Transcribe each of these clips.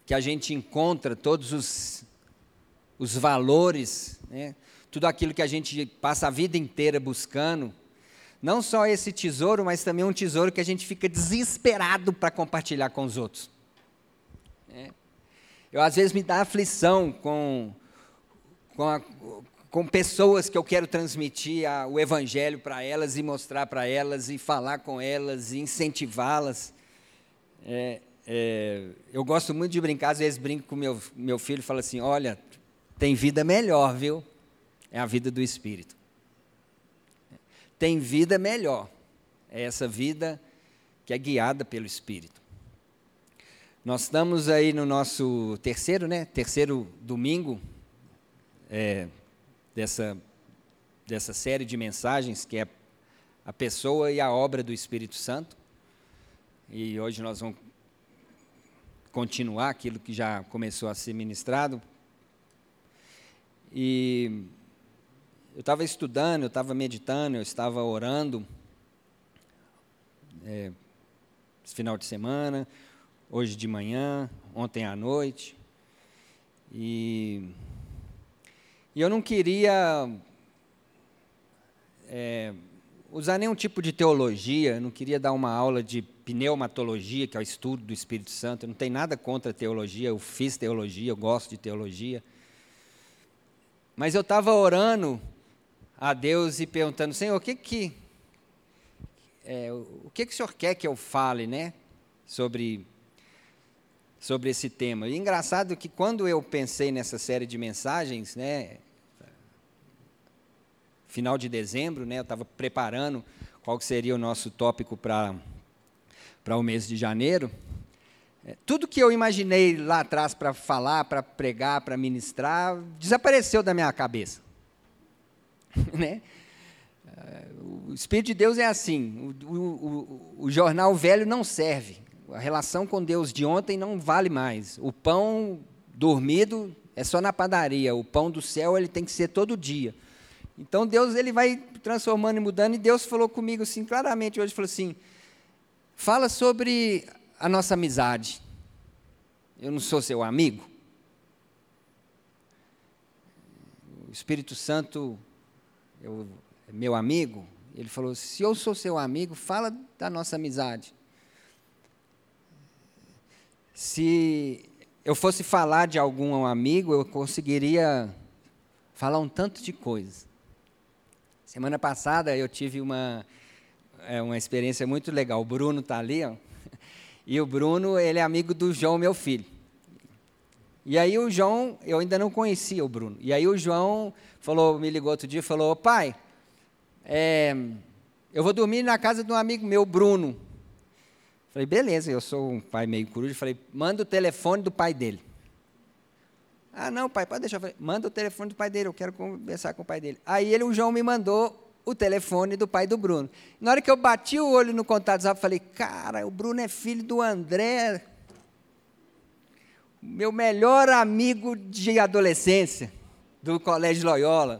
que a gente encontra todos os valores, né? Tudo aquilo que a gente passa a vida inteira buscando. Não só esse tesouro, mas também um tesouro que a gente fica desesperado para compartilhar com os outros. Eu, às vezes, me dá aflição com pessoas que eu quero transmitir o Evangelho para elas e mostrar para elas e falar com elas e incentivá-las. Eu gosto muito de brincar, às vezes brinco com meu filho e falo assim, olha, tem vida melhor, viu? É a vida do Espírito. Tem vida melhor. É essa vida que é guiada pelo Espírito. Nós estamos aí no nosso terceiro domingo dessa série de mensagens, que é a pessoa e a obra do Espírito Santo. E hoje nós vamos continuar aquilo que já começou a ser ministrado. E eu estava estudando, eu estava meditando, eu estava orando, esse final de semana, hoje de manhã, ontem à noite, e eu não queria usar nenhum tipo de teologia, não queria dar uma aula de pneumatologia, que é o estudo do Espírito Santo. Eu não tenho nada contra a teologia, eu fiz teologia, eu gosto de teologia. Mas eu estava orando a Deus e perguntando, Senhor, o que o Senhor quer que eu fale, né, sobre esse tema? E engraçado que quando eu pensei nessa série de mensagens, né, final de dezembro, né, eu estava preparando qual que seria o nosso tópico para o mês de janeiro, tudo que eu imaginei lá atrás para falar, para pregar, para ministrar, desapareceu da minha cabeça. Né? O Espírito de Deus é assim, o jornal velho não serve, a relação com Deus de ontem não vale mais, o pão dormido é só na padaria, o pão do céu ele tem que ser todo dia. Então Deus ele vai transformando e mudando, e Deus falou comigo assim, claramente hoje, falou assim, fala sobre a nossa amizade. Eu não sou seu amigo? O Espírito Santo é meu amigo? Ele falou, se eu sou seu amigo, fala da nossa amizade. Se eu fosse falar de algum amigo, eu conseguiria falar um tanto de coisas. Semana passada eu tive uma experiência muito legal. O Bruno está ali, ó, e o Bruno ele é amigo do João, meu filho. E aí o João, eu ainda não conhecia o Bruno, e aí o João me ligou outro dia e falou, pai, eu vou dormir na casa de um amigo meu, Bruno. Falei, beleza, eu sou um pai meio coruja, falei, manda o telefone do pai dele. Ah, não, pai, pode deixar. Falei, manda o telefone do pai dele, eu quero conversar com o pai dele. Aí o João me mandou o telefone do pai do Bruno. Na hora que eu bati o olho no contato do WhatsApp, falei, cara, o Bruno é filho do André, meu melhor amigo de adolescência, do Colégio Loyola.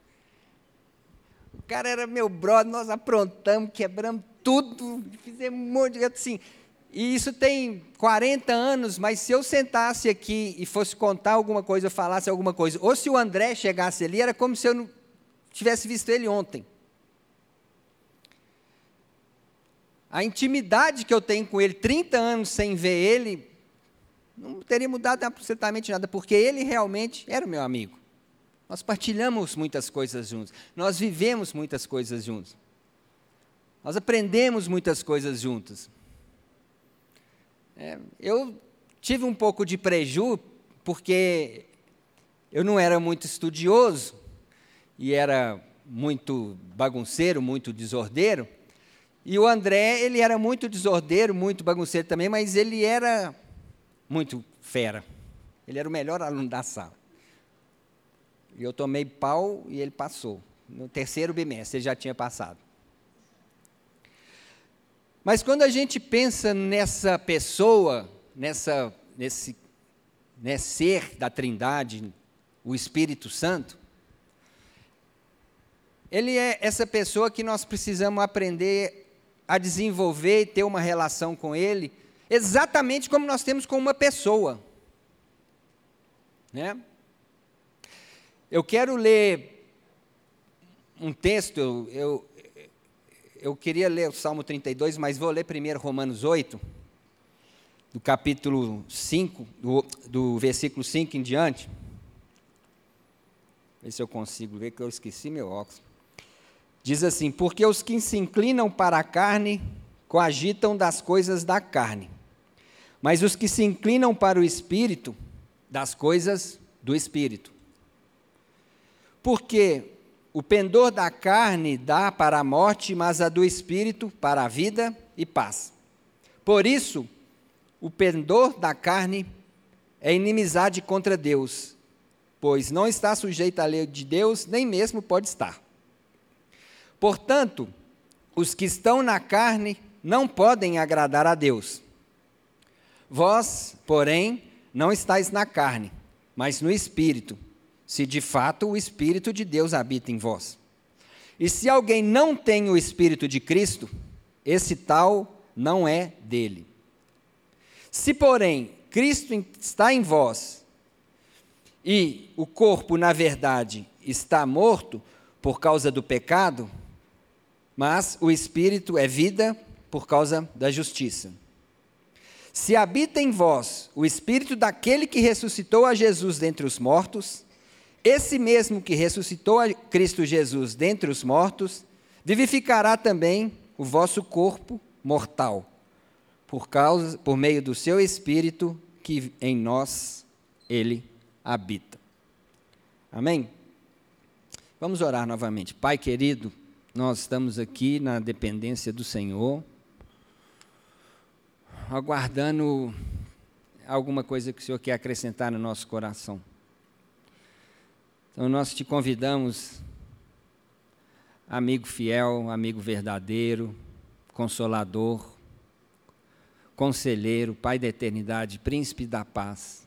O cara era meu brother, nós aprontamos, quebramos tudo, fizemos um monte de... assim, e isso tem 40 anos, mas se eu sentasse aqui e fosse contar alguma coisa, falasse alguma coisa, ou se o André chegasse ali, era como se eu não tivesse visto ele ontem. A intimidade que eu tenho com ele, 30 anos sem ver ele, não teria mudado absolutamente nada, porque ele realmente era o meu amigo. Nós partilhamos muitas coisas juntos, nós vivemos muitas coisas juntos, nós aprendemos muitas coisas juntos. Eu tive um pouco de preju, porque eu não era muito estudioso, e era muito bagunceiro, muito desordeiro, e o André, ele era muito desordeiro, muito bagunceiro também, mas ele era muito fera, ele era o melhor aluno da sala. E eu tomei pau e ele passou, no terceiro bimestre, ele já tinha passado. Mas quando a gente pensa nessa pessoa, nesse ser da Trindade, o Espírito Santo, ele é essa pessoa que nós precisamos aprender a desenvolver e ter uma relação com ele, exatamente como nós temos com uma pessoa. né? Eu quero ler um texto, eu queria ler o Salmo 32, mas vou ler primeiro Romanos 8, do capítulo 5, do versículo 5 em diante. Ver se eu consigo ver, que eu esqueci meu óculos. Diz assim: porque os que se inclinam para a carne coagitam das coisas da carne, mas os que se inclinam para o Espírito, das coisas do Espírito. Porque o pendor da carne dá para a morte, mas a do Espírito para a vida e paz. Por isso, o pendor da carne é inimizade contra Deus, pois não está sujeito à lei de Deus, nem mesmo pode estar. Portanto, os que estão na carne não podem agradar a Deus. Vós, porém, não estáis na carne, mas no Espírito, se de fato o Espírito de Deus habita em vós. E se alguém não tem o Espírito de Cristo, esse tal não é dele. Se, porém, Cristo está em vós, e o corpo, na verdade, está morto por causa do pecado, mas o Espírito é vida por causa da justiça. Se habita em vós o Espírito daquele que ressuscitou a Jesus dentre os mortos, esse mesmo que ressuscitou a Cristo Jesus dentre os mortos, vivificará também o vosso corpo mortal, por meio do seu Espírito que em nós ele habita. Amém? Vamos orar novamente. Pai querido, nós estamos aqui na dependência do Senhor, aguardando alguma coisa que o Senhor quer acrescentar no nosso coração. Então nós te convidamos, amigo fiel, amigo verdadeiro, consolador, conselheiro, Pai da eternidade, príncipe da paz.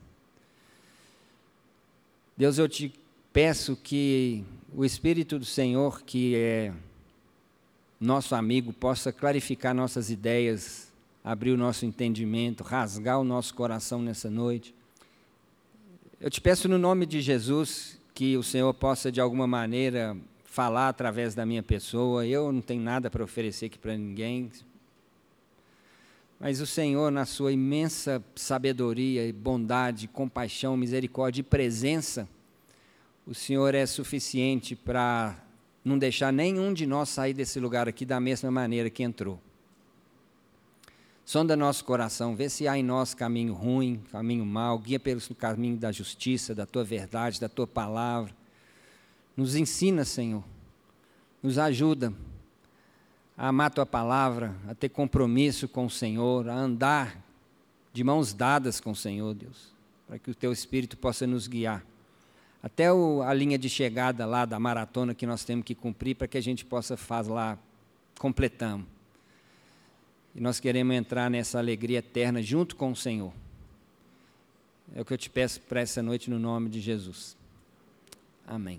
Deus, eu te peço que o Espírito do Senhor, que é nosso amigo, possa clarificar nossas ideias, abrir o nosso entendimento, rasgar o nosso coração nessa noite. Eu te peço no nome de Jesus que o Senhor possa de alguma maneira falar através da minha pessoa. Eu não tenho nada para oferecer aqui para ninguém, mas o Senhor, na sua imensa sabedoria, bondade, compaixão, misericórdia e presença, o Senhor é suficiente para não deixar nenhum de nós sair desse lugar aqui da mesma maneira que entrou. Sonda nosso coração, vê se há em nós caminho ruim, caminho mau, guia pelo caminho da justiça, da Tua verdade, da Tua palavra. Nos ensina, Senhor, nos ajuda a amar Tua palavra, a ter compromisso com o Senhor, a andar de mãos dadas com o Senhor, Deus, para que o Teu Espírito possa nos guiar. Até a linha de chegada lá da maratona que nós temos que cumprir, para que a gente possa fazer lá, completamos. E nós queremos entrar nessa alegria eterna junto com o Senhor. É o que eu te peço para essa noite no nome de Jesus. Amém.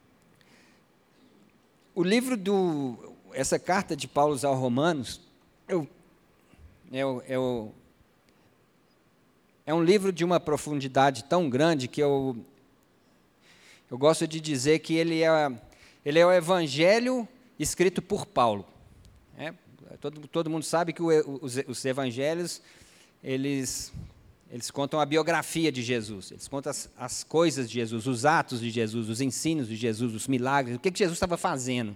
O livro essa carta de Paulo aos Romanos, é um livro de uma profundidade tão grande que eu gosto de dizer que ele é o evangelho escrito por Paulo. Todo mundo sabe que os evangelhos, eles contam a biografia de Jesus, eles contam as coisas de Jesus, os atos de Jesus, os ensinos de Jesus, os milagres, o que Jesus estava fazendo.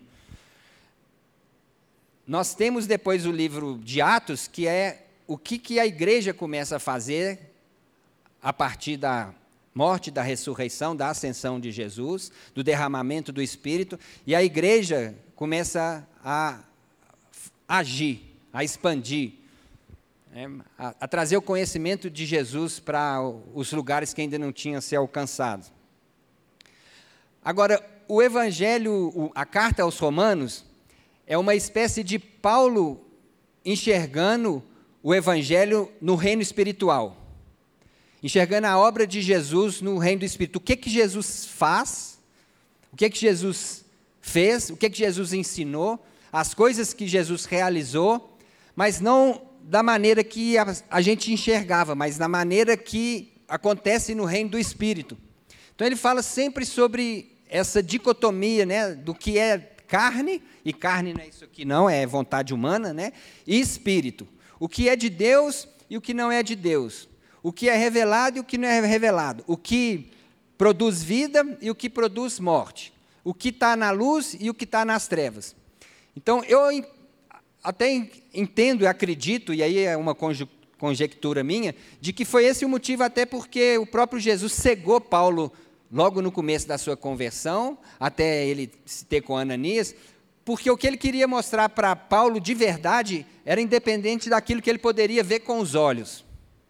Nós temos depois o livro de Atos, que é o que a igreja começa a fazer a partir da morte, da ressurreição, da ascensão de Jesus, do derramamento do Espírito, e a igreja começa a agir, a expandir, a trazer o conhecimento de Jesus para os lugares que ainda não tinham sido alcançados. Agora, o Evangelho, a carta aos Romanos, é uma espécie de Paulo enxergando o Evangelho no reino espiritual, enxergando a obra de Jesus no reino do Espírito. O que Jesus faz, o que Jesus fez, o que Jesus ensinou, as coisas que Jesus realizou, mas não da maneira que a gente enxergava, mas na maneira que acontece no reino do Espírito. Então ele fala sempre sobre essa dicotomia, né, do que é carne, e carne não é isso aqui não, é vontade humana, né, e espírito. O que é de Deus e o que não é de Deus. O que é revelado e o que não é revelado. O que produz vida e o que produz morte. O que está na luz e o que está nas trevas. Então, eu até entendo e acredito, e aí é uma conjectura minha, de que foi esse o motivo até porque o próprio Jesus cegou Paulo logo no começo da sua conversão, até ele se ter com Ananias, porque o que ele queria mostrar para Paulo de verdade era independente daquilo que ele poderia ver com os olhos.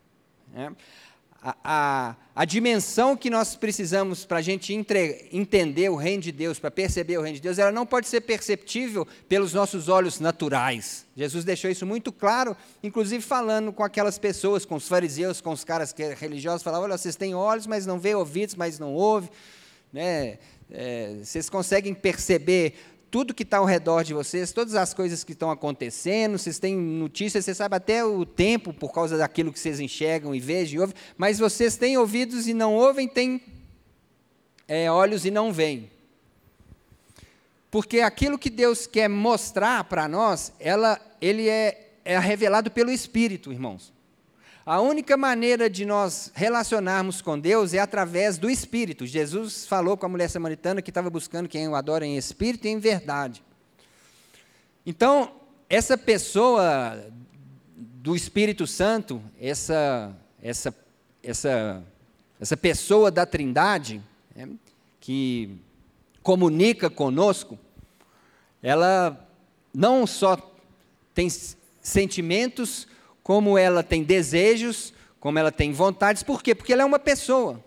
A dimensão que nós precisamos para a gente entender o reino de Deus, para perceber o reino de Deus, ela não pode ser perceptível pelos nossos olhos naturais. Jesus deixou isso muito claro, inclusive falando com aquelas pessoas, com os fariseus, com os caras religiosos, falava, olha, vocês têm olhos, mas não veem, ouvidos, mas não ouvem, né? Vocês conseguem perceber tudo que está ao redor de vocês, todas as coisas que estão acontecendo, vocês têm notícias, vocês sabem até o tempo por causa daquilo que vocês enxergam e vejam e ouvem, mas vocês têm ouvidos e não ouvem, têm olhos e não veem. Porque aquilo que Deus quer mostrar para nós, ele é revelado pelo Espírito, irmãos. A única maneira de nós relacionarmos com Deus é através do Espírito. Jesus falou com a mulher samaritana que estava buscando quem o adora em espírito e em verdade. Então, essa pessoa do Espírito Santo, essa pessoa da Trindade, que comunica conosco, ela não só tem sentimentos, como ela tem desejos, como ela tem vontades. Por quê? Porque ela é uma pessoa.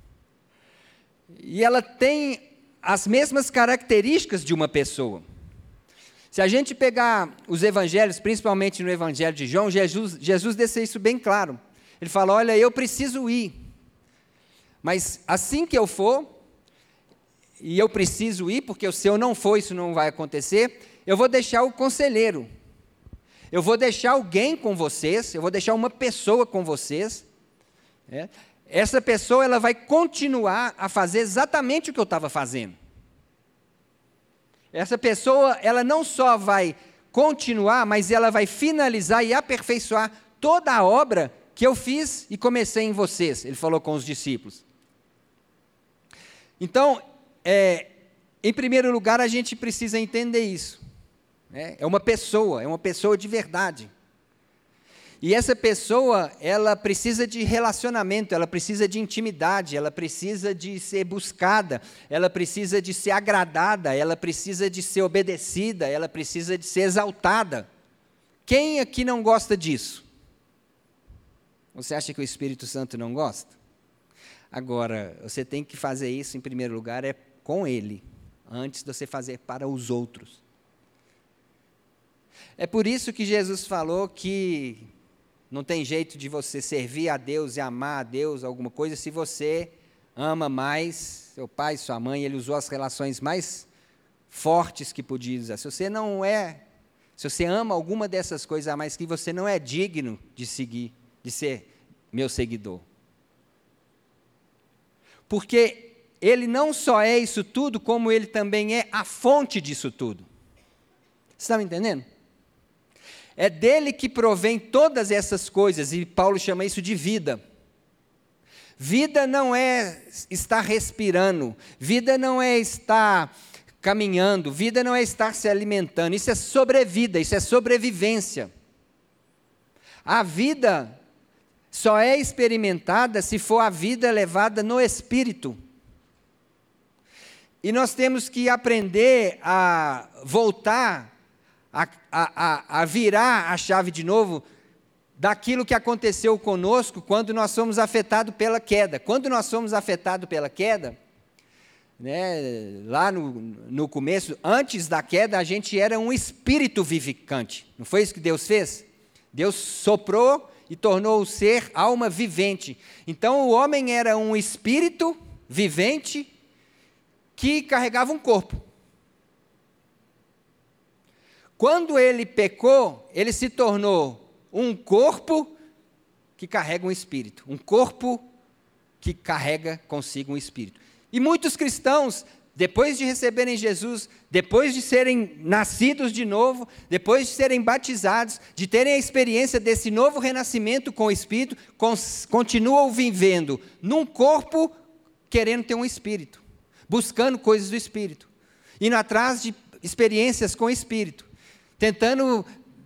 E ela tem as mesmas características de uma pessoa. Se a gente pegar os evangelhos, principalmente no evangelho de João, Jesus deixa isso bem claro. Ele fala, olha, eu preciso ir, mas assim que eu for, e eu preciso ir, porque se eu não for, isso não vai acontecer, eu vou deixar o conselheiro. Eu vou deixar alguém com vocês, eu vou deixar uma pessoa com vocês. Essa pessoa ela vai continuar a fazer exatamente o que eu estava fazendo. Essa pessoa ela não só vai continuar, mas ela vai finalizar e aperfeiçoar toda a obra que eu fiz e comecei em vocês. Ele falou com os discípulos. Então, em primeiro lugar, a gente precisa entender isso. É uma pessoa de verdade. E essa pessoa, ela precisa de relacionamento, ela precisa de intimidade, ela precisa de ser buscada, ela precisa de ser agradada, ela precisa de ser obedecida, ela precisa de ser exaltada. Quem aqui não gosta disso? Você acha que o Espírito Santo não gosta? Agora, você tem que fazer isso, em primeiro lugar, com Ele, antes de você fazer para os outros. É por isso que Jesus falou que não tem jeito de você servir a Deus e amar a Deus, alguma coisa, se você ama mais seu pai, sua mãe. Ele usou as relações mais fortes que podia usar. Se você ama alguma dessas coisas a mais, que você não é digno de ser meu seguidor. Porque Ele não só é isso tudo, como Ele também é a fonte disso tudo. Você está me entendendo? É dele que provém todas essas coisas, e Paulo chama isso de vida. Vida não é estar respirando, vida não é estar caminhando, vida não é estar se alimentando, isso é sobrevida, isso é sobrevivência. A vida só é experimentada se for a vida levada no Espírito. E nós temos que aprender a voltar a virar a chave de novo daquilo que aconteceu conosco quando nós fomos afetados pela queda. Quando nós fomos afetados pela queda, lá no começo, antes da queda, a gente era um espírito vivificante. Não foi isso que Deus fez? Deus soprou e tornou o ser alma vivente. Então, o homem era um espírito vivente que carregava um corpo. Quando ele pecou, ele se tornou um corpo que carrega um espírito, um corpo que carrega consigo um espírito. E muitos cristãos, depois de receberem Jesus, depois de serem nascidos de novo, depois de serem batizados, de terem a experiência desse novo renascimento com o Espírito, continuam vivendo num corpo querendo ter um Espírito, buscando coisas do Espírito, indo atrás de experiências com o Espírito, tentando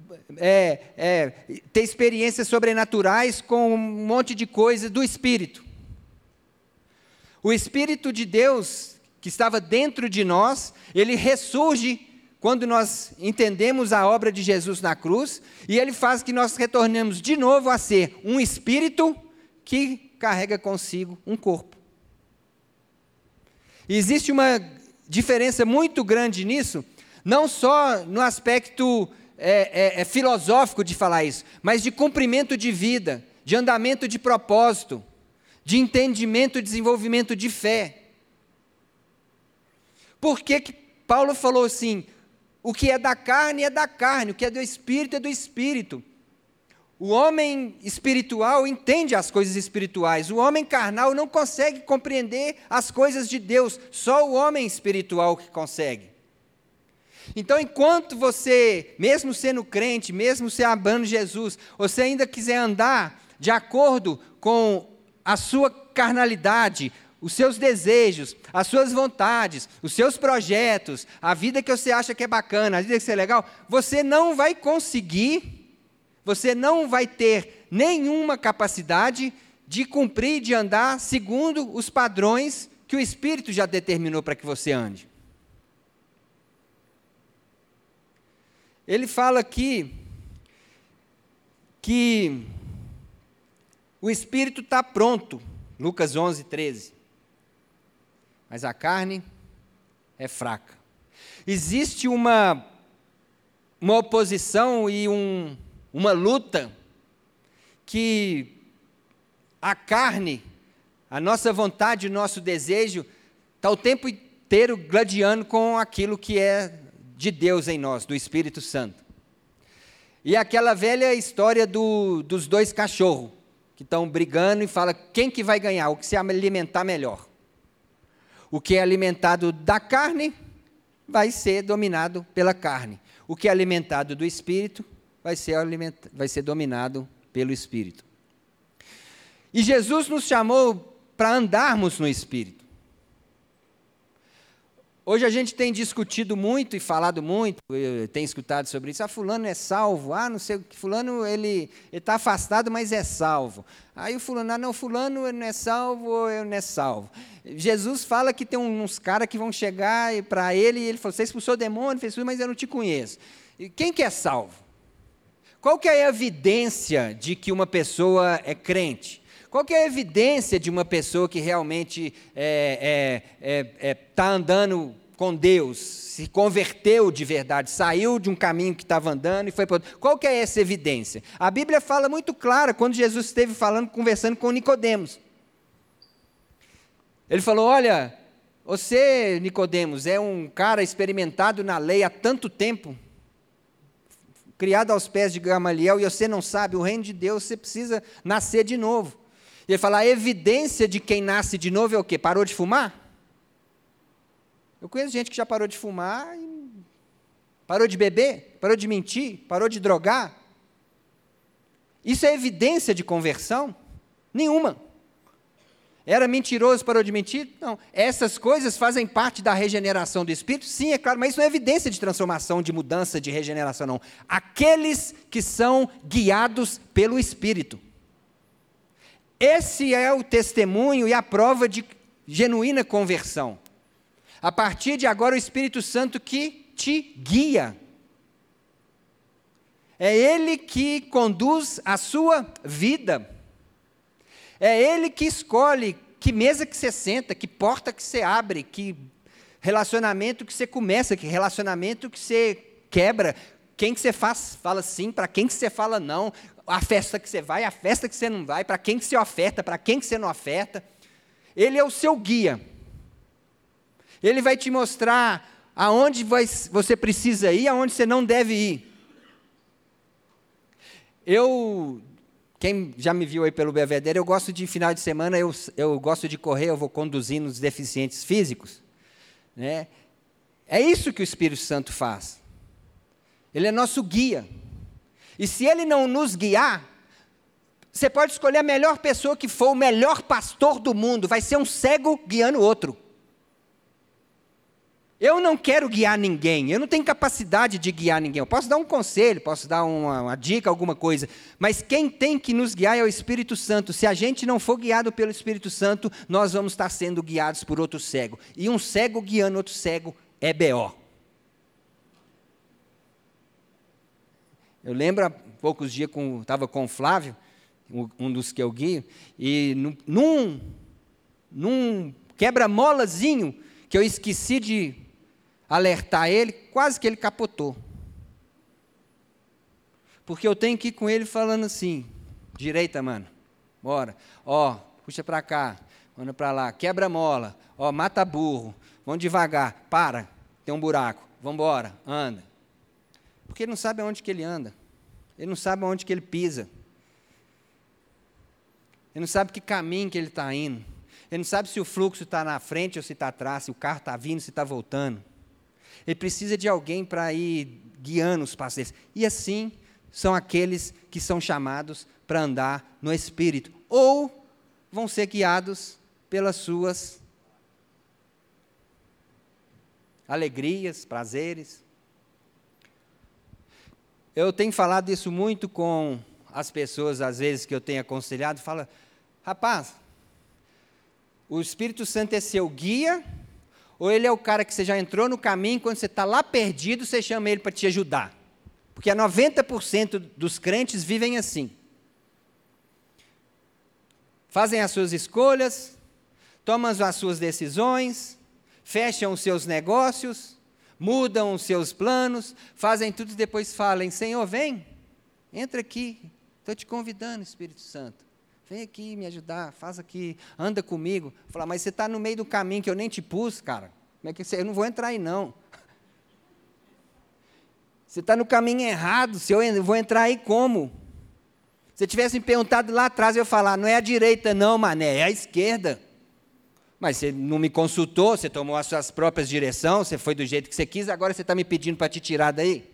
ter experiências sobrenaturais com um monte de coisa do Espírito. O Espírito de Deus que estava dentro de nós, ele ressurge quando nós entendemos a obra de Jesus na cruz, e ele faz que nós retornemos de novo a ser um espírito que carrega consigo um corpo. E existe uma diferença muito grande nisso, não só no aspecto filosófico de falar isso, mas de cumprimento de vida, de andamento de propósito, de entendimento e desenvolvimento de fé. Por que Paulo falou assim, o que é da carne, o que é do espírito é do espírito. O homem espiritual entende as coisas espirituais, o homem carnal não consegue compreender as coisas de Deus, só o homem espiritual que consegue. Então, enquanto você, mesmo sendo crente, mesmo se amando Jesus, você ainda quiser andar de acordo com a sua carnalidade, os seus desejos, as suas vontades, os seus projetos, a vida que você acha que é bacana, a vida que é legal, você não vai conseguir, você não vai ter nenhuma capacidade de cumprir, de andar segundo os padrões que o Espírito já determinou para que você ande. Ele fala aqui que o Espírito está pronto, Lucas 11, 13. Mas a carne é fraca. Existe uma oposição e uma luta que a carne, a nossa vontade, o nosso desejo, está o tempo inteiro gladiando com aquilo que é de Deus em nós, do Espírito Santo. E aquela velha história dos dois cachorros, que estão brigando e fala quem que vai ganhar, o que se alimentar melhor. O que é alimentado da carne vai ser dominado pela carne. O que é alimentado do Espírito vai ser dominado pelo Espírito. E Jesus nos chamou para andarmos no Espírito. Hoje a gente tem discutido muito e falado muito, eu tenho escutado sobre isso, fulano é salvo, não sei o que, fulano ele está afastado, mas é salvo. Aí o fulano, fulano ele não é salvo ou ele não é salvo. Jesus fala que tem uns caras que vão chegar para ele e ele falou, você expulsou o demônio, fez tudo, mas eu não te conheço. E quem que é salvo? Qual que é a evidência de que uma pessoa é crente? Qual que é a evidência de uma pessoa que realmente está andando com Deus, se converteu de verdade, saiu de um caminho que estava andando e foi para outro? Qual que é essa evidência? A Bíblia fala muito clara, quando Jesus esteve conversando com Nicodemos. Ele falou, olha, você, Nicodemos, é um cara experimentado na lei há tanto tempo, criado aos pés de Gamaliel, e você não sabe, o reino de Deus, você precisa nascer de novo. E ele fala, a evidência de quem nasce de novo é o quê? Parou de fumar? Eu conheço gente que já parou de fumar, parou de beber, parou de mentir, parou de drogar. Isso é evidência de conversão? Nenhuma. Era mentiroso, parou de mentir? Não. Essas coisas fazem parte da regeneração do Espírito? Sim, é claro, mas isso não é evidência de transformação, de mudança, de regeneração, não. Aqueles que são guiados pelo Espírito. Esse é o testemunho e a prova de genuína conversão. A partir de agora, o Espírito Santo que te guia. É Ele que conduz a sua vida. É Ele que escolhe que mesa que você senta, que porta que você abre, que relacionamento que você começa, que relacionamento que você quebra, quem que você fala sim, para quem que você fala não, a festa que você vai, a festa que você não vai, para quem que você oferta, para quem que você não oferta. Ele é o seu guia. Ele vai te mostrar aonde você precisa ir, aonde você não deve ir. Eu Quem já me viu aí pelo Belvedere, eu gosto de final de semana, eu gosto de correr, eu vou conduzindo os deficientes físicos. Né? É isso que o Espírito Santo faz. Ele é nosso guia. E se ele não nos guiar, você pode escolher a melhor pessoa que for, o melhor pastor do mundo, vai ser um cego guiando outro. Eu não quero guiar ninguém, eu não tenho capacidade de guiar ninguém. Eu posso dar um conselho, posso dar uma dica, alguma coisa, mas quem tem que nos guiar é o Espírito Santo. Se a gente não for guiado pelo Espírito Santo, nós vamos estar sendo guiados por outro cego. E um cego guiando outro cego é B.O. Eu lembro há poucos dias, estava com o Flávio, um dos que eu guio, e num quebra-molazinho, que eu esqueci de alertar ele, quase que ele capotou. Porque eu tenho que ir com ele falando assim, direita, mano, bora, ó, puxa para cá, anda para lá, quebra-mola, ó, mata burro, vamos devagar, para, tem um buraco, vamos embora, anda. Porque ele não sabe aonde que ele anda, ele não sabe aonde que ele pisa, ele não sabe que caminho que ele está indo, ele não sabe se o fluxo está na frente ou se está atrás, se o carro está vindo, se está voltando. Ele precisa de alguém para ir guiando os passos deles. E assim são aqueles que são chamados para andar no Espírito, ou vão ser guiados pelas suas alegrias, prazeres. Eu tenho falado isso muito com as pessoas, às vezes, que eu tenho aconselhado, fala, rapaz, o Espírito Santo é seu guia, ou ele é o cara que você já entrou no caminho, quando você está lá perdido, você chama ele para te ajudar? Porque 90% dos crentes vivem assim. Fazem as suas escolhas, tomam as suas decisões, fecham os seus negócios, mudam os seus planos, fazem tudo e depois falam, Senhor, vem, entra aqui, estou te convidando, Espírito Santo. Vem aqui me ajudar, faz aqui, anda comigo. Falar, mas você está no meio do caminho que eu nem te pus, cara. Como é que você... Eu não vou entrar aí, não. Você está no caminho errado, se eu vou entrar aí como? Se tivesse me perguntado lá atrás, eu ia falar, não é a direita não, mané, é a esquerda. Mas você não me consultou, você tomou as suas próprias direções, você foi do jeito que você quis, agora você está me pedindo para te tirar daí?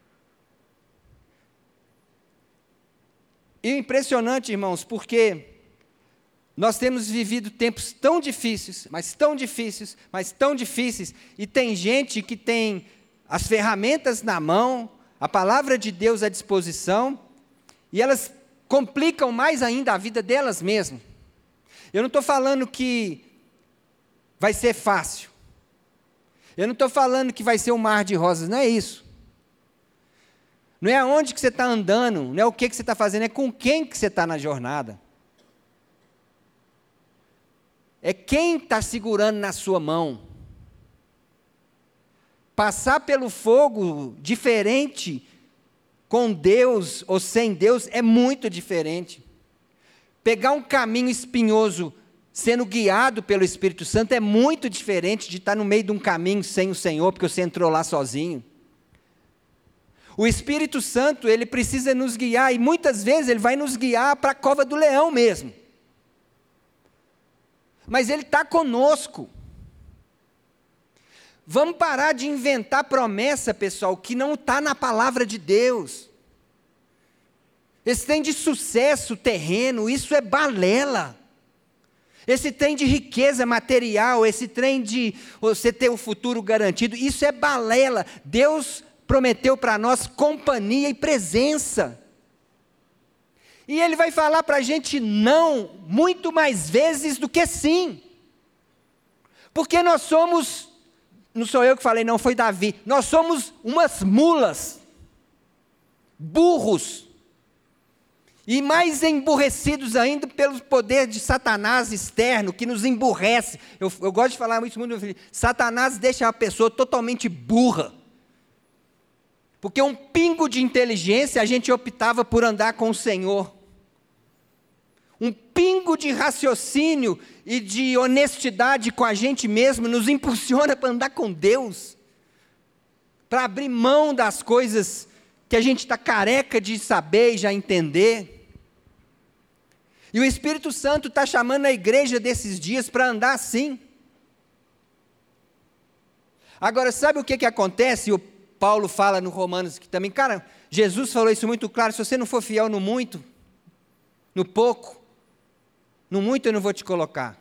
E impressionante, irmãos, porque nós temos vivido tempos tão difíceis, mas tão difíceis, mas tão difíceis, e tem gente que tem as ferramentas na mão, a palavra de Deus à disposição, e elas complicam mais ainda a vida delas mesmas. Eu não estou falando que vai ser fácil, eu não estou falando que vai ser um mar de rosas, não é isso. Não é aonde que você está andando, não é o que você está fazendo, é com quem que você está na jornada. É quem está segurando na sua mão. Passar pelo fogo diferente com Deus ou sem Deus é muito diferente. Pegar um caminho espinhoso sendo guiado pelo Espírito Santo é muito diferente de estar no meio de um caminho sem o Senhor, porque você entrou lá sozinho. O Espírito Santo, ele precisa nos guiar, e muitas vezes ele vai nos guiar para a cova do leão mesmo. Mas ele está conosco. Vamos parar de inventar promessa, pessoal, que não está na palavra de Deus. Esse trem de sucesso terreno, isso é balela. Esse trem de riqueza material, esse trem de você ter o futuro garantido, isso é balela. Deus prometeu para nós companhia e presença. E ele vai falar para a gente não, muito mais vezes do que sim. Porque nós somos, não sou eu que falei, não, foi Davi, nós somos umas mulas, burros, e mais emburrecidos ainda pelo poder de Satanás externo, que nos emburrece. Eu gosto de falar isso muito, Satanás deixa a pessoa totalmente burra. Porque um pingo de inteligência, a gente optava por andar com o Senhor. Um pingo de raciocínio e de honestidade com a gente mesmo nos impulsiona para andar com Deus. Para abrir mão das coisas que a gente está careca de saber e já entender. E o Espírito Santo está chamando a igreja desses dias para andar assim. Agora, sabe o que acontece? O Paulo fala no Romanos que também, cara, Jesus falou isso muito claro, se você não for fiel no muito, no pouco, no muito eu não vou te colocar.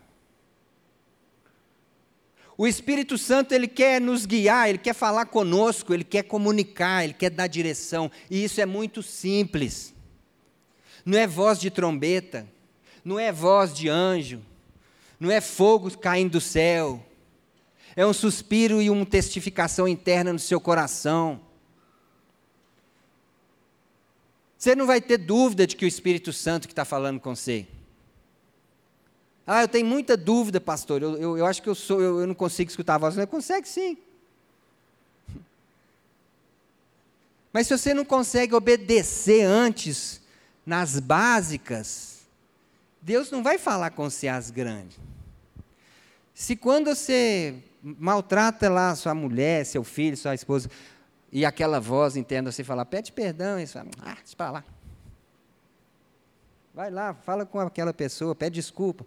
O Espírito Santo, ele quer nos guiar, ele quer falar conosco, ele quer comunicar, ele quer dar direção, e isso é muito simples. Não é voz de trombeta, não é voz de anjo, não é fogo caindo do céu, é um suspiro e uma testificação interna no seu coração. Você não vai ter dúvida de que o Espírito Santo que está falando com você. Eu tenho muita dúvida, pastor, eu acho que eu não consigo escutar a voz. Não, consegue sim. Mas se você não consegue obedecer antes, nas básicas, Deus não vai falar com você as grandes. Se quando você maltrata lá sua mulher, seu filho, sua esposa, e aquela voz interna você fala, pede perdão, e você fala, deixa para lá. Vai lá, fala com aquela pessoa, pede desculpa.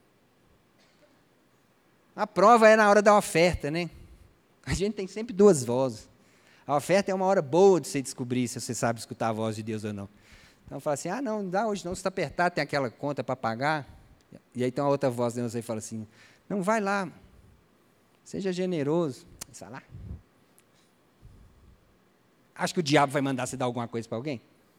A prova é na hora da oferta, né? A gente tem sempre duas vozes. A oferta é uma hora boa de você descobrir se você sabe escutar a voz de Deus ou não. Então fala assim, não dá hoje não, você está apertado, tem aquela conta para pagar. E aí tem uma outra voz dentro de você e fala assim, não, vai lá, seja generoso. Você fala, lá. Acho que o diabo vai mandar você dar alguma coisa para alguém?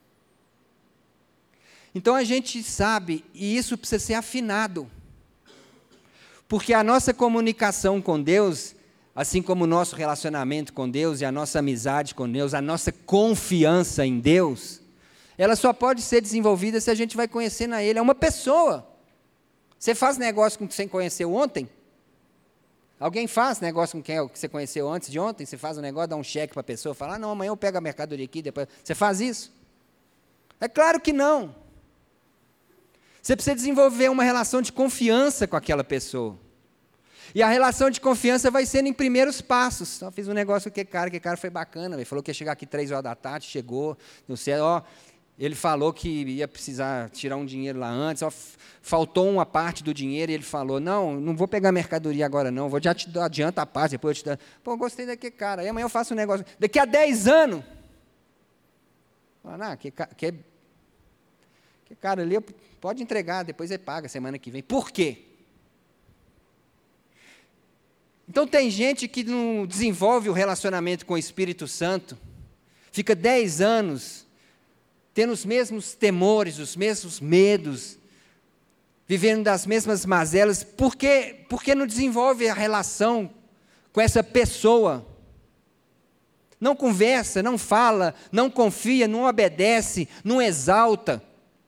Então a gente sabe, e isso precisa ser afinado. Porque a nossa comunicação com Deus, assim como o nosso relacionamento com Deus e a nossa amizade com Deus, a nossa confiança em Deus, ela só pode ser desenvolvida se a gente vai conhecendo a Ele. É uma pessoa. Você faz negócio com quem você conheceu ontem? Alguém faz negócio com quem você conheceu antes de ontem? Você faz um negócio, dá um cheque para a pessoa, fala, não, amanhã eu pego a mercadoria aqui, depois... Você faz isso? É claro que não. Você precisa desenvolver uma relação de confiança com aquela pessoa. E a relação de confiança vai sendo em primeiros passos. Então, eu fiz um negócio com aquele cara foi bacana, ele falou que ia chegar aqui 3h da tarde, chegou, não sei, ele falou que ia precisar tirar um dinheiro lá antes, faltou uma parte do dinheiro e ele falou, não vou pegar mercadoria agora não, vou já te dar, adianta a parte, depois eu te dar. Pô, gostei daquele cara, aí amanhã eu faço um negócio. Daqui a 10 anos, que cara ali, pode entregar, depois ele paga semana que vem. Por quê? Então tem gente que não desenvolve o relacionamento com o Espírito Santo, fica 10 anos tendo os mesmos temores, os mesmos medos, vivendo das mesmas mazelas, porque não desenvolve a relação com essa pessoa. Não conversa, não fala, não confia, não obedece, não exalta.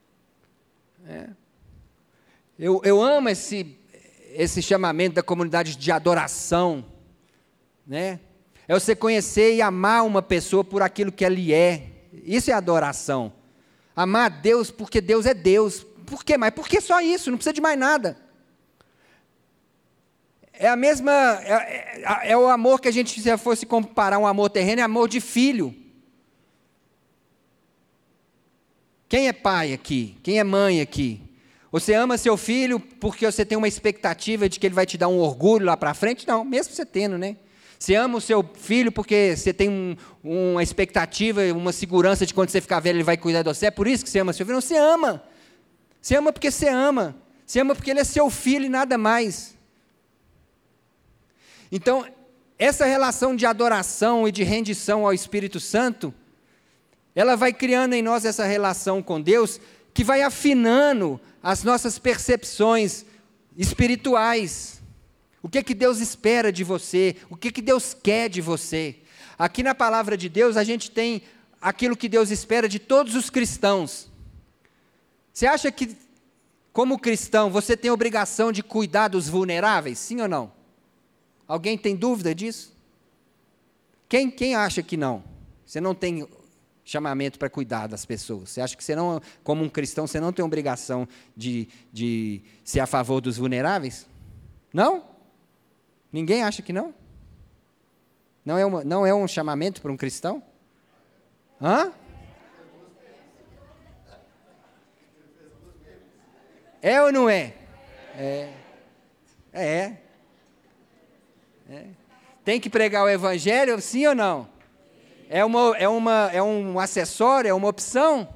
Eu amo esse chamamento da comunidade de adoração, né? É você conhecer e amar uma pessoa por aquilo que ela é. Isso é adoração. Amar a Deus porque Deus é Deus. Por quê? Mas por que só isso? Não precisa de mais nada. É a mesma, é o amor que a gente, se fosse comparar um amor terreno, é amor de filho. Quem é pai aqui? Quem é mãe aqui? Você ama seu filho porque você tem uma expectativa de que ele vai te dar um orgulho lá para frente? Não, mesmo você tendo, né? Você ama o seu filho porque você tem uma expectativa, uma segurança de quando você ficar velho ele vai cuidar de você? É por isso que você ama seu filho? Não, você ama. Você ama porque você ama. Você ama porque ele é seu filho e nada mais. Então, essa relação de adoração e de rendição ao Espírito Santo, ela vai criando em nós essa relação com Deus, que vai afinando as nossas percepções espirituais. O que Deus espera de você? O que Deus quer de você? Aqui na palavra de Deus, a gente tem aquilo que Deus espera de todos os cristãos. Você acha que, como cristão, você tem a obrigação de cuidar dos vulneráveis? Sim ou não? Alguém tem dúvida disso? Quem acha que não? Você não tem chamamento para cuidar das pessoas. Você acha que você não, como um cristão, você não tem obrigação de ser a favor dos vulneráveis? Não? Ninguém acha que não? Não é um chamamento para um cristão? Hã? É ou não é? É. Tem que pregar o evangelho, sim ou não? É um acessório, é uma opção?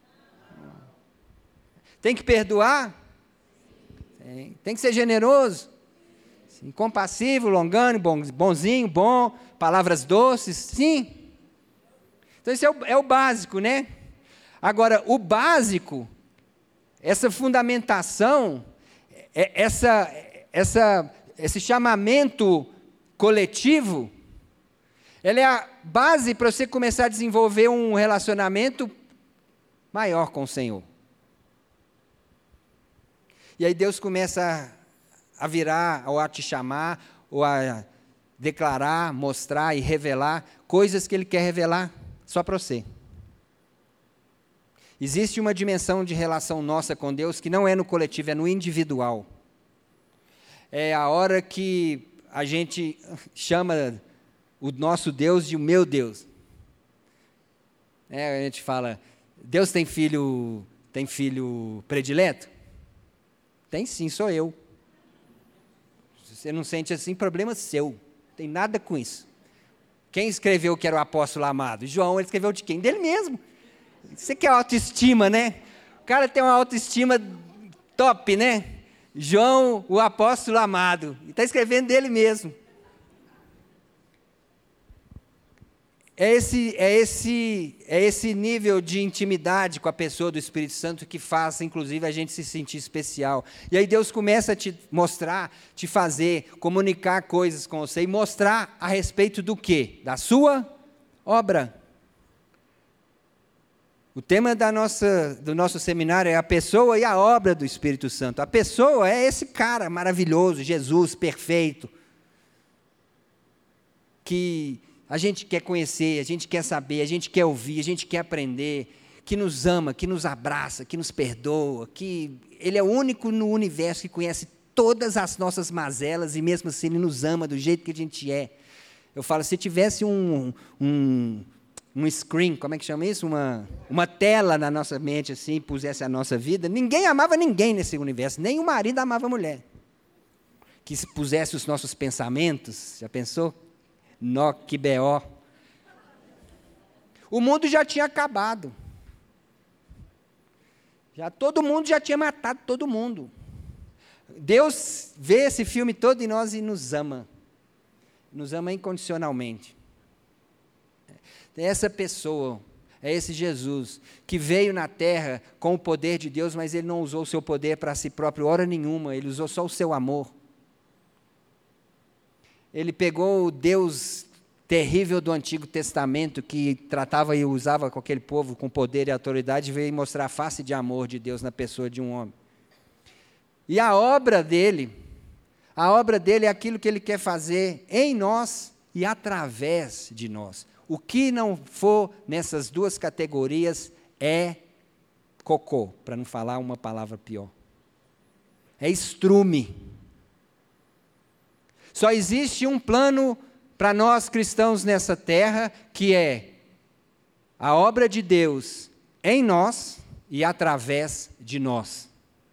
Tem que perdoar? Tem que ser generoso? Sim. Compassivo, longânimo, bonzinho, bom, palavras doces, sim. Então isso é o básico, né? Agora, o básico, essa fundamentação, esse chamamento coletivo, ela é a base para você começar a desenvolver um relacionamento maior com o Senhor. E aí Deus começa a virar, ou a te chamar, ou a declarar, mostrar e revelar coisas que Ele quer revelar só para você. Existe uma dimensão de relação nossa com Deus que não é no coletivo, é no individual. É a hora que a gente chama o nosso Deus de o meu Deus. A gente fala, Deus tem filho predileto? Tem sim, sou eu. Se você não sente assim, problema seu. Não tem nada com isso. Quem escreveu que era o apóstolo amado? João, ele escreveu de quem? Dele mesmo. Isso que é autoestima, né? O cara tem uma autoestima top, né? João, o apóstolo amado. Está escrevendo dele mesmo. É esse nível de intimidade com a pessoa do Espírito Santo que faz, inclusive, a gente se sentir especial. E aí Deus começa a te mostrar, te fazer, comunicar coisas com você e mostrar a respeito do quê? Da sua obra. O tema do nosso seminário é a pessoa e a obra do Espírito Santo. A pessoa é esse cara maravilhoso, Jesus, perfeito, que a gente quer conhecer, a gente quer saber, a gente quer ouvir, a gente quer aprender, que nos ama, que nos abraça, que nos perdoa, que Ele é o único no universo que conhece todas as nossas mazelas e mesmo assim Ele nos ama do jeito que a gente é. Eu falo, se tivesse um screen, como é que chama isso? Uma tela na nossa mente, assim, pusesse a nossa vida, ninguém amava ninguém nesse universo, nem o marido amava a mulher. Que se pusesse os nossos pensamentos, já pensou? Nó, que B.O. O mundo já tinha acabado. Todo mundo já tinha matado todo mundo. Deus vê esse filme todo em nós e nos ama. Nos ama incondicionalmente. É essa pessoa, é esse Jesus, que veio na terra com o poder de Deus, mas Ele não usou o seu poder para si próprio, hora nenhuma, Ele usou só o seu amor. Ele pegou o Deus terrível do Antigo Testamento, que tratava e usava com aquele povo com poder e autoridade, e veio mostrar a face de amor de Deus na pessoa de um homem. E a obra dele é aquilo que Ele quer fazer em nós e através de nós. O que não for nessas duas categorias é cocô, para não falar uma palavra pior. É estrume. Só existe um plano para nós cristãos nessa terra, que é a obra de Deus em nós e através de nós.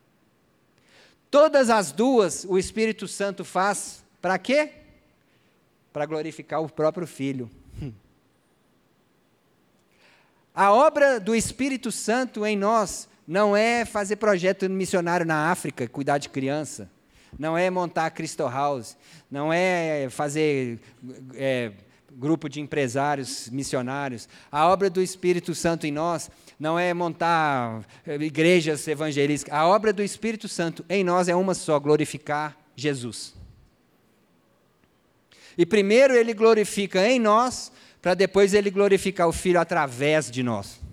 Todas as duas o Espírito Santo faz para quê? Para glorificar o próprio Filho. A obra do Espírito Santo em nós não é fazer projeto missionário na África, cuidar de criança. Não é montar a Cristo House, não é fazer grupo de empresários missionários. A obra do Espírito Santo em nós não é montar igrejas evangelísticas. A obra do Espírito Santo em nós é uma só, glorificar Jesus. E primeiro Ele glorifica em nós, para depois Ele glorificar o Filho através de nós.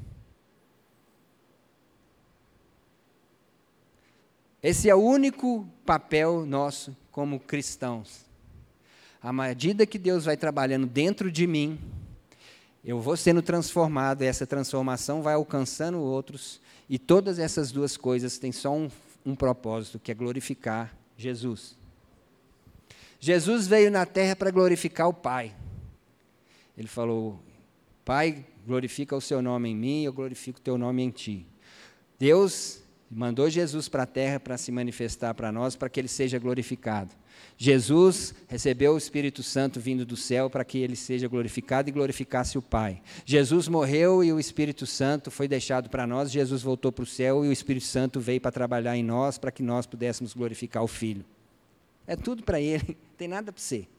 Esse é o único papel nosso como cristãos. À medida que Deus vai trabalhando dentro de mim, eu vou sendo transformado, e essa transformação vai alcançando outros, e todas essas duas coisas têm só um propósito, que é glorificar Jesus. Jesus veio na terra para glorificar o Pai. Ele falou, Pai, glorifica o seu nome em mim, eu glorifico o teu nome em ti. Deus Mandou Jesus para a terra para se manifestar para nós, para que ele seja glorificado. Jesus recebeu o Espírito Santo vindo do céu para que ele seja glorificado e glorificasse o Pai. Jesus morreu e o Espírito Santo foi deixado para nós. Jesus voltou para o céu e o Espírito Santo veio para trabalhar em nós, para que nós pudéssemos glorificar o Filho. É tudo para ele, não tem nada para você.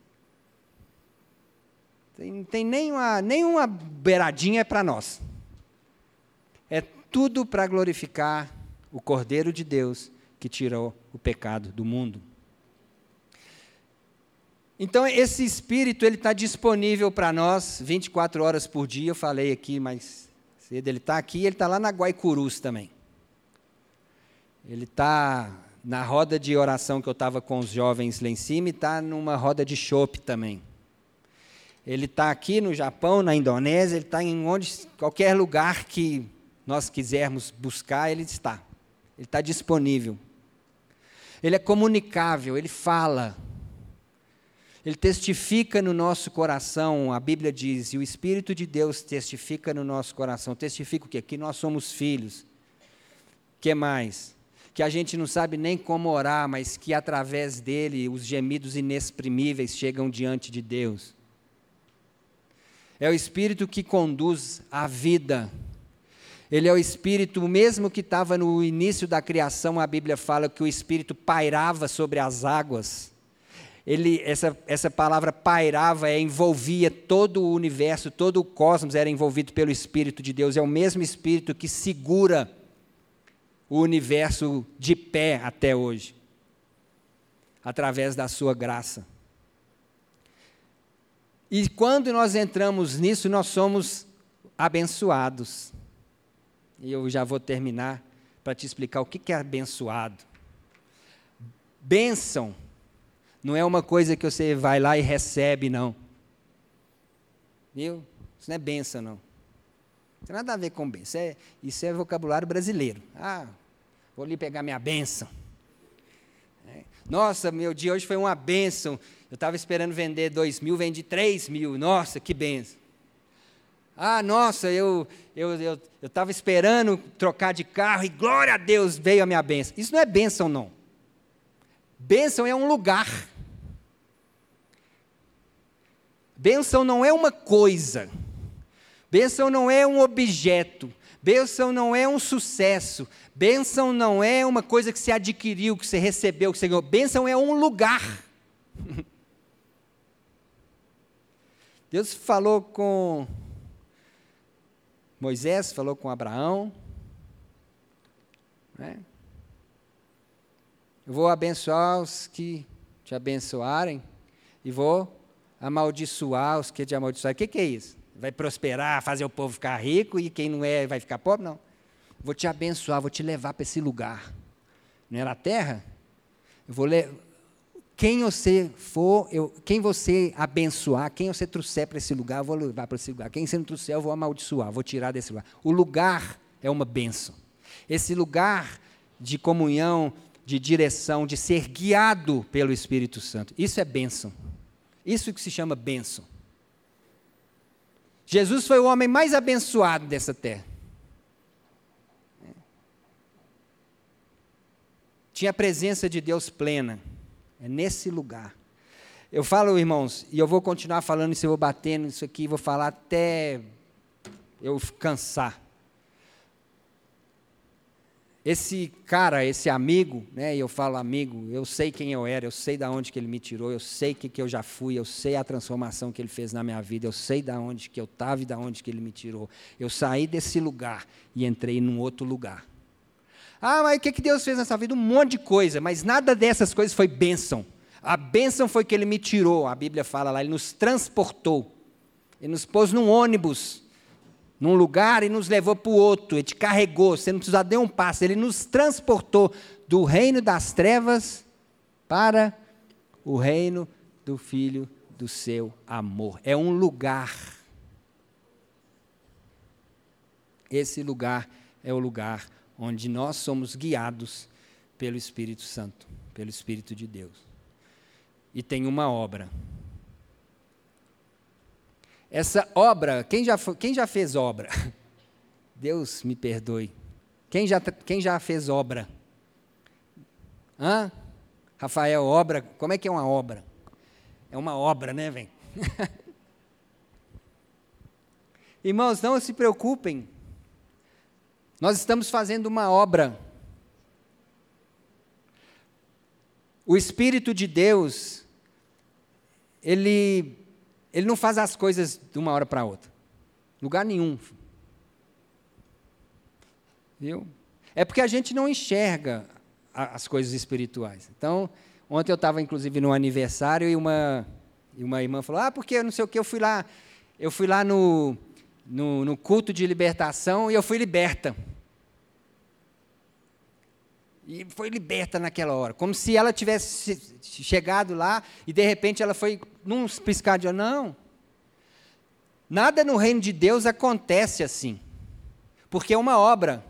Não tem nenhuma beiradinha para nós. É tudo para glorificar o Cordeiro de Deus que tirou o pecado do mundo. Então, esse Espírito está disponível para nós 24 horas por dia. Eu falei aqui mais cedo, ele está aqui, ele está lá na Guaicurus também. Ele está na roda de oração que eu estava com os jovens lá em cima e está numa roda de chopp também. Ele está aqui no Japão, na Indonésia, ele está em qualquer lugar que nós quisermos buscar, ele está. Ele está disponível. Ele é comunicável, ele fala. Ele testifica no nosso coração, a Bíblia diz, e o Espírito de Deus testifica no nosso coração. Testifica o quê? Que nós somos filhos. O que mais? Que a gente não sabe nem como orar, mas que através dele os gemidos inexprimíveis chegam diante de Deus. É o Espírito que conduz a vida. Ele é o Espírito, mesmo que estava no início da criação, a Bíblia fala que o Espírito pairava sobre as águas. Essa palavra pairava, envolvia todo o universo, todo o cosmos era envolvido pelo Espírito de Deus. É o mesmo Espírito que segura o universo de pé até hoje, através da sua graça. E quando nós entramos nisso, nós somos abençoados. E eu já vou terminar para te explicar o que é abençoado. Bênção não é uma coisa que você vai lá e recebe, não. Viu? Isso não é bênção, não. Não tem nada a ver com bênção. Isso é vocabulário brasileiro. Vou ali pegar minha bênção. Nossa, meu dia hoje foi uma bênção. Eu estava esperando vender 2.000, vendi 3.000. Nossa, que bênção. Nossa, eu estava esperando trocar de carro e glória a Deus veio a minha bênção. Isso não é bênção, não. Bênção é um lugar. Bênção não é uma coisa. Bênção não é um objeto. Bênção não é um sucesso. Bênção não é uma coisa que você adquiriu, que você recebeu, que você ganhou. Bênção é um lugar. Deus falou com Moisés, falou com Abraão. Né? Eu vou abençoar os que te abençoarem e vou amaldiçoar os que te amaldiçoarem. O que é isso? Vai prosperar, fazer o povo ficar rico e quem não é vai ficar pobre? Não. Vou te abençoar, vou te levar para esse lugar. Não era a terra? Eu vou quem você for, quem você abençoar, quem você trouxer para esse lugar, eu vou levar para esse lugar. Quem você não trouxer, eu vou amaldiçoar, vou tirar desse lugar. O lugar é uma bênção. Esse lugar de comunhão, de direção, de ser guiado pelo Espírito Santo. Isso é bênção. Isso que se chama bênção. Jesus foi o homem mais abençoado dessa terra. Tinha a presença de Deus plena. É nesse lugar. Eu falo, irmãos, e eu vou continuar falando isso, eu vou batendo isso aqui, vou falar até eu cansar. Esse cara, esse amigo, né, e eu falo amigo, eu sei quem eu era, eu sei de onde que ele me tirou, eu sei que eu já fui, eu sei a transformação que ele fez na minha vida, eu sei de onde que eu estava e de onde que ele me tirou. Eu saí desse lugar e entrei num outro lugar. Mas o que Deus fez nessa vida? Um monte de coisa, mas nada dessas coisas foi bênção. A bênção foi que ele me tirou, a Bíblia fala lá, ele nos transportou, ele nos pôs num ônibus, num lugar e nos levou para o outro, ele te carregou, você não precisava dar um passo, ele nos transportou do reino das trevas para o reino do Filho do seu amor. É um lugar. Esse lugar é o lugar onde nós somos guiados pelo Espírito Santo, pelo Espírito de Deus. E tem uma obra. Essa obra, quem já fez obra? Deus me perdoe. Quem já fez obra? Hã? Rafael, obra, como é que é uma obra? É uma obra, né, velho? Irmãos, não se preocupem. Nós estamos fazendo uma obra. O Espírito de Deus, ele não faz as coisas de uma hora para outra. Lugar nenhum. Viu? É porque a gente não enxerga as coisas espirituais. Então, ontem eu estava, inclusive, no aniversário e uma irmã falou, porque não sei o que, eu fui lá no culto de libertação e eu fui liberta. E foi liberta naquela hora, como se ela tivesse chegado lá e, de repente, ela foi num piscar de olho. Não. Nada no reino de Deus acontece assim, porque é uma obra.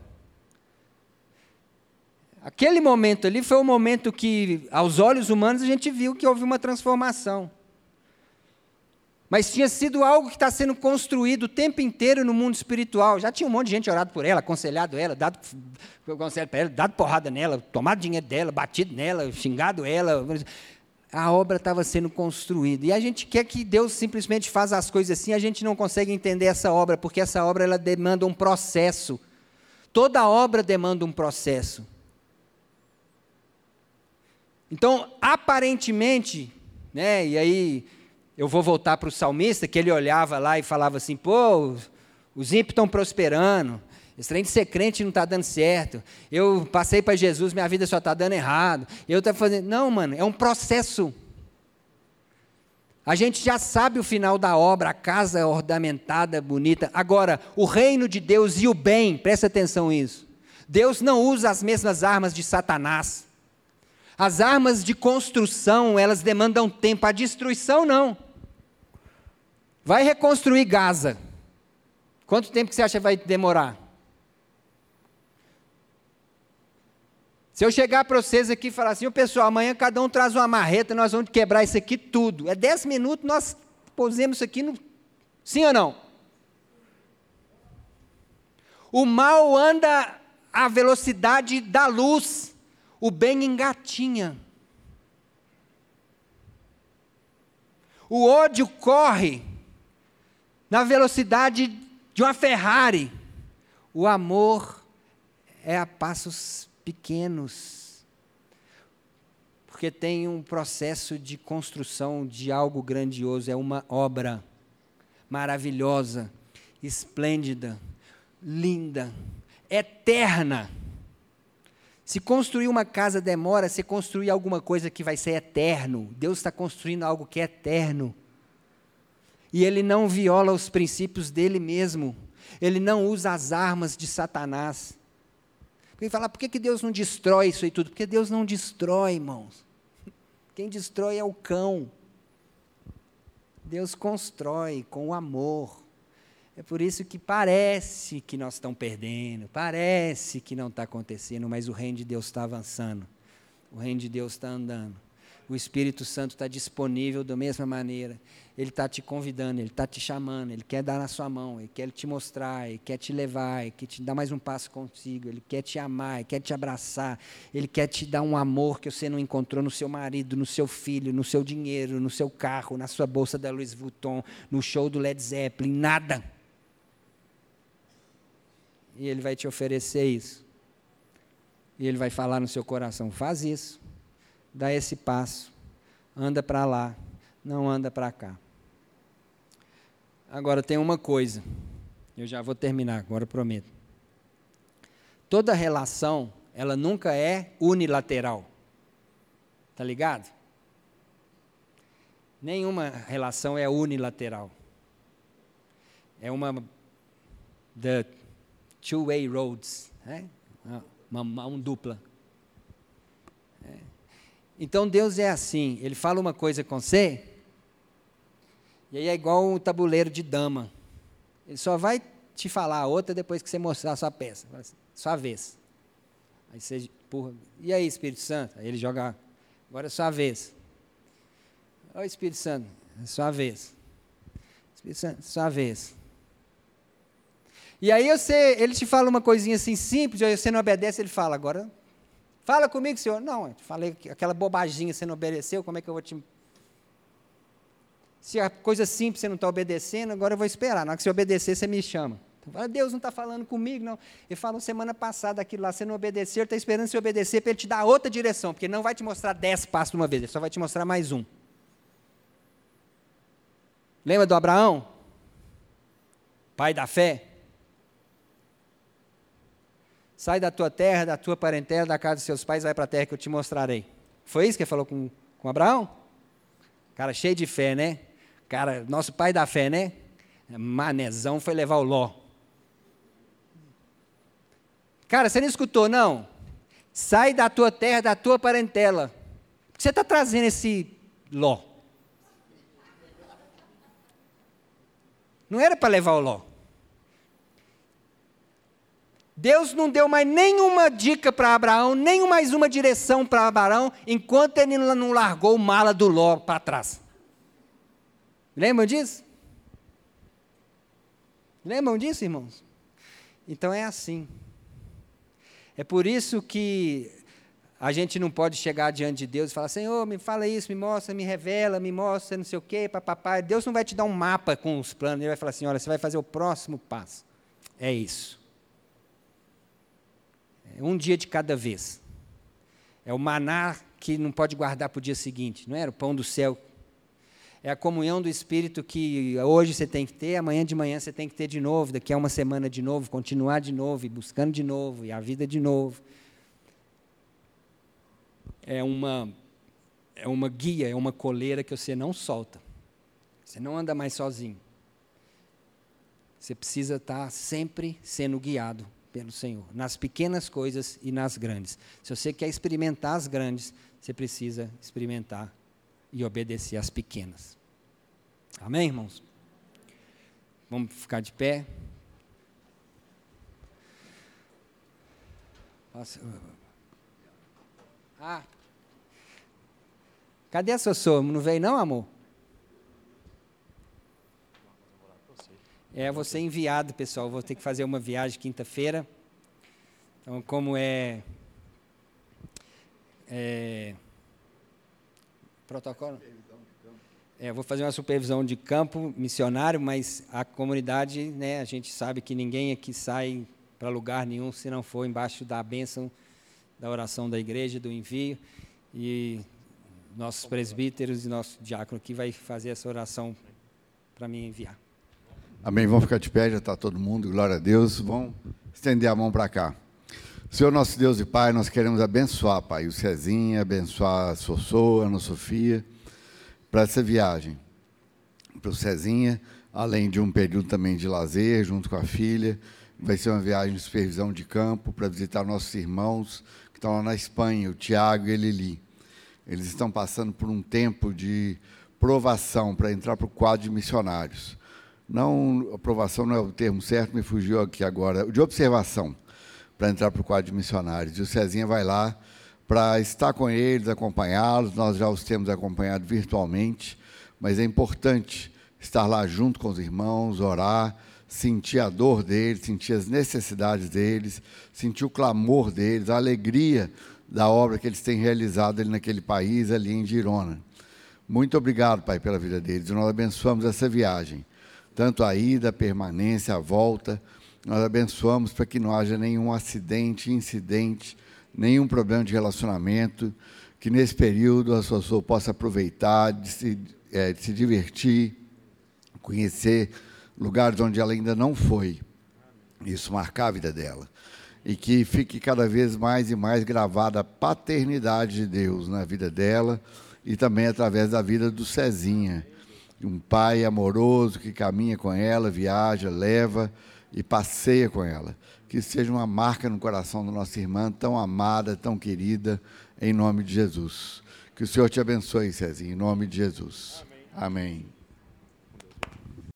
Aquele momento ali foi o momento que, aos olhos humanos, a gente viu que houve uma transformação. Mas tinha sido algo que está sendo construído o tempo inteiro no mundo espiritual. Já tinha um monte de gente orado por ela, aconselhado ela, dado conselho para ela, dado porrada nela, tomado dinheiro dela, batido nela, xingado ela. A obra estava sendo construída. E a gente quer que Deus simplesmente faça as coisas assim, a gente não consegue entender essa obra, porque essa obra ela demanda um processo. Toda obra demanda um processo. Então, aparentemente, né, e aí eu vou voltar para o salmista, que ele olhava lá e falava assim, pô, os ímpios estão prosperando, esse trem de ser crente não está dando certo, eu passei para Jesus, minha vida só está dando errado, eu estou fazendo... Não, mano, é um processo. A gente já sabe o final da obra, a casa ornamentada, bonita. Agora, o reino de Deus e o bem, presta atenção nisso, Deus não usa as mesmas armas de Satanás. As armas de construção, elas demandam tempo, a destruição não. Vai reconstruir Gaza. Quanto tempo que você acha que vai demorar? Se eu chegar para vocês aqui e falar assim, pessoal, amanhã cada um traz uma marreta, nós vamos quebrar isso aqui tudo. É 10 minutos, nós pusemos isso aqui no... Sim ou não? O mal anda à velocidade da luz. O bem engatinha. O ódio corre na velocidade de uma Ferrari. O amor é a passos pequenos. Porque tem um processo de construção de algo grandioso. É uma obra maravilhosa, esplêndida, linda, eterna. Se construir uma casa demora, se construir alguma coisa que vai ser eterno. Deus está construindo algo que é eterno. E Ele não viola os princípios dEle mesmo. Ele não usa as armas de Satanás. Porque fala, por que Deus não destrói isso aí tudo? Porque Deus não destrói, irmãos. Quem destrói é o cão. Deus constrói com o amor. É por isso que parece que nós estamos perdendo, parece que não está acontecendo, mas o reino de Deus está avançando, o reino de Deus está andando, o Espírito Santo está disponível da mesma maneira, Ele está te convidando, Ele está te chamando, Ele quer dar na sua mão, Ele quer te mostrar, Ele quer te levar, Ele quer te dar mais um passo contigo, Ele quer te amar, Ele quer te abraçar, Ele quer te dar um amor que você não encontrou no seu marido, no seu filho, no seu dinheiro, no seu carro, na sua bolsa da Louis Vuitton, no show do Led Zeppelin, nada. E Ele vai te oferecer isso. E Ele vai falar no seu coração, faz isso, dá esse passo, anda para lá, não anda para cá. Agora tem uma coisa, eu já vou terminar, agora eu prometo. Toda relação, ela nunca é unilateral. Está ligado? Nenhuma relação é unilateral. É uma... two-way roads, uma mão dupla. Então Deus é assim, Ele fala uma coisa com você, e aí é igual um tabuleiro de dama. Ele só vai te falar a outra depois que você mostrar a sua peça, sua vez. Aí você empurra, e aí Espírito Santo? Aí ele joga, agora é sua vez. Oi Espírito Santo, é sua vez. Espírito Santo, sua vez. E aí ele te fala uma coisinha assim simples, aí você não obedece, ele fala, agora, fala comigo, senhor. Não, eu falei aquela bobaginha, você não obedeceu, como é que eu vou te... Se a coisa simples você não está obedecendo, agora eu vou esperar, na hora que você obedecer, você me chama. Então, Deus não está falando comigo, não. Ele falou semana passada aquilo lá, você não obedeceu, ele está esperando você obedecer para ele te dar outra direção, porque ele não vai te mostrar 10 passos de uma vez, ele só vai te mostrar mais um. Lembra do Abraão? Pai da fé? Sai da tua terra, da tua parentela, da casa dos seus pais, vai para a terra que eu te mostrarei. Foi isso que ele falou com Abraão? Cara cheio de fé, né? Cara, nosso pai da fé, né? Manezão foi levar o Ló. Cara, você não escutou, não? Sai da tua terra, da tua parentela. Por que você está trazendo esse Ló? Não era para levar o Ló. Deus não deu mais nenhuma dica para Abraão, nem mais uma direção para Abraão, enquanto ele não largou o mala do Ló para trás. Lembram disso? Lembram disso, irmãos? Então é assim. É por isso que a gente não pode chegar diante de Deus e falar, Senhor, me fala isso, me mostra, me revela, me mostra, não sei o quê, papapá. Deus não vai te dar um mapa com os planos, Ele vai falar assim, olha, você vai fazer o próximo passo. É isso. É um dia de cada vez. É o maná que não pode guardar para o dia seguinte, não era o pão do céu. É a comunhão do Espírito que hoje você tem que ter, amanhã de manhã você tem que ter de novo, daqui a uma semana de novo, continuar de novo, e buscando de novo, e a vida de novo. É uma guia, é uma coleira que você não solta. Você não anda mais sozinho. Você precisa estar sempre sendo guiado pelo Senhor, nas pequenas coisas e nas grandes. Se você quer experimentar as grandes, você precisa experimentar e obedecer às pequenas. Amém, irmãos? Vamos ficar de pé. Cadê a Sossô? Não veio não, amor? Você enviado, pessoal. Vou ter que fazer uma viagem quinta-feira. Então, como protocolo? Vou fazer uma supervisão de campo missionário, mas a comunidade, né, a gente sabe que ninguém aqui sai para lugar nenhum se não for embaixo da bênção da oração da igreja, do envio. E nossos presbíteros e nosso diácono aqui vai fazer essa oração para me enviar. Amém. Vamos ficar de pé, já está todo mundo, glória a Deus. Vamos estender a mão para cá. Senhor nosso Deus e Pai, nós queremos abençoar, Pai, o Cezinha, abençoar a Sossô, a Ana Sofia, para essa viagem. Para o Cezinha, além de um período também de lazer, junto com a filha, vai ser uma viagem de supervisão de campo, para visitar nossos irmãos que estão lá na Espanha, o Tiago e a Lili. Eles estão passando por um tempo de provação para entrar para o quadro de missionários. Não, aprovação não é o termo certo, me fugiu aqui agora, de observação, para entrar para o quadro de missionários. E o Cezinha vai lá para estar com eles, acompanhá-los. Nós já os temos acompanhado virtualmente, mas é importante estar lá junto com os irmãos, orar, sentir a dor deles, sentir as necessidades deles, sentir o clamor deles, a alegria da obra que eles têm realizado ali naquele país, ali em Girona. Muito obrigado, Pai, pela vida deles. Nós abençoamos essa viagem, tanto a ida, a permanência, a volta. Nós abençoamos para que não haja nenhum acidente, incidente, nenhum problema de relacionamento, que nesse período a Sossô possa aproveitar, de se divertir, conhecer lugares onde ela ainda não foi, isso marcar a vida dela, e que fique cada vez mais e mais gravada a paternidade de Deus na vida dela e também através da vida do Cezinha, um pai amoroso que caminha com ela, viaja, leva e passeia com ela. Que isso seja uma marca no coração da nossa irmã, tão amada, tão querida, em nome de Jesus. Que o Senhor te abençoe, Cezinha, em nome de Jesus. Amém. Amém.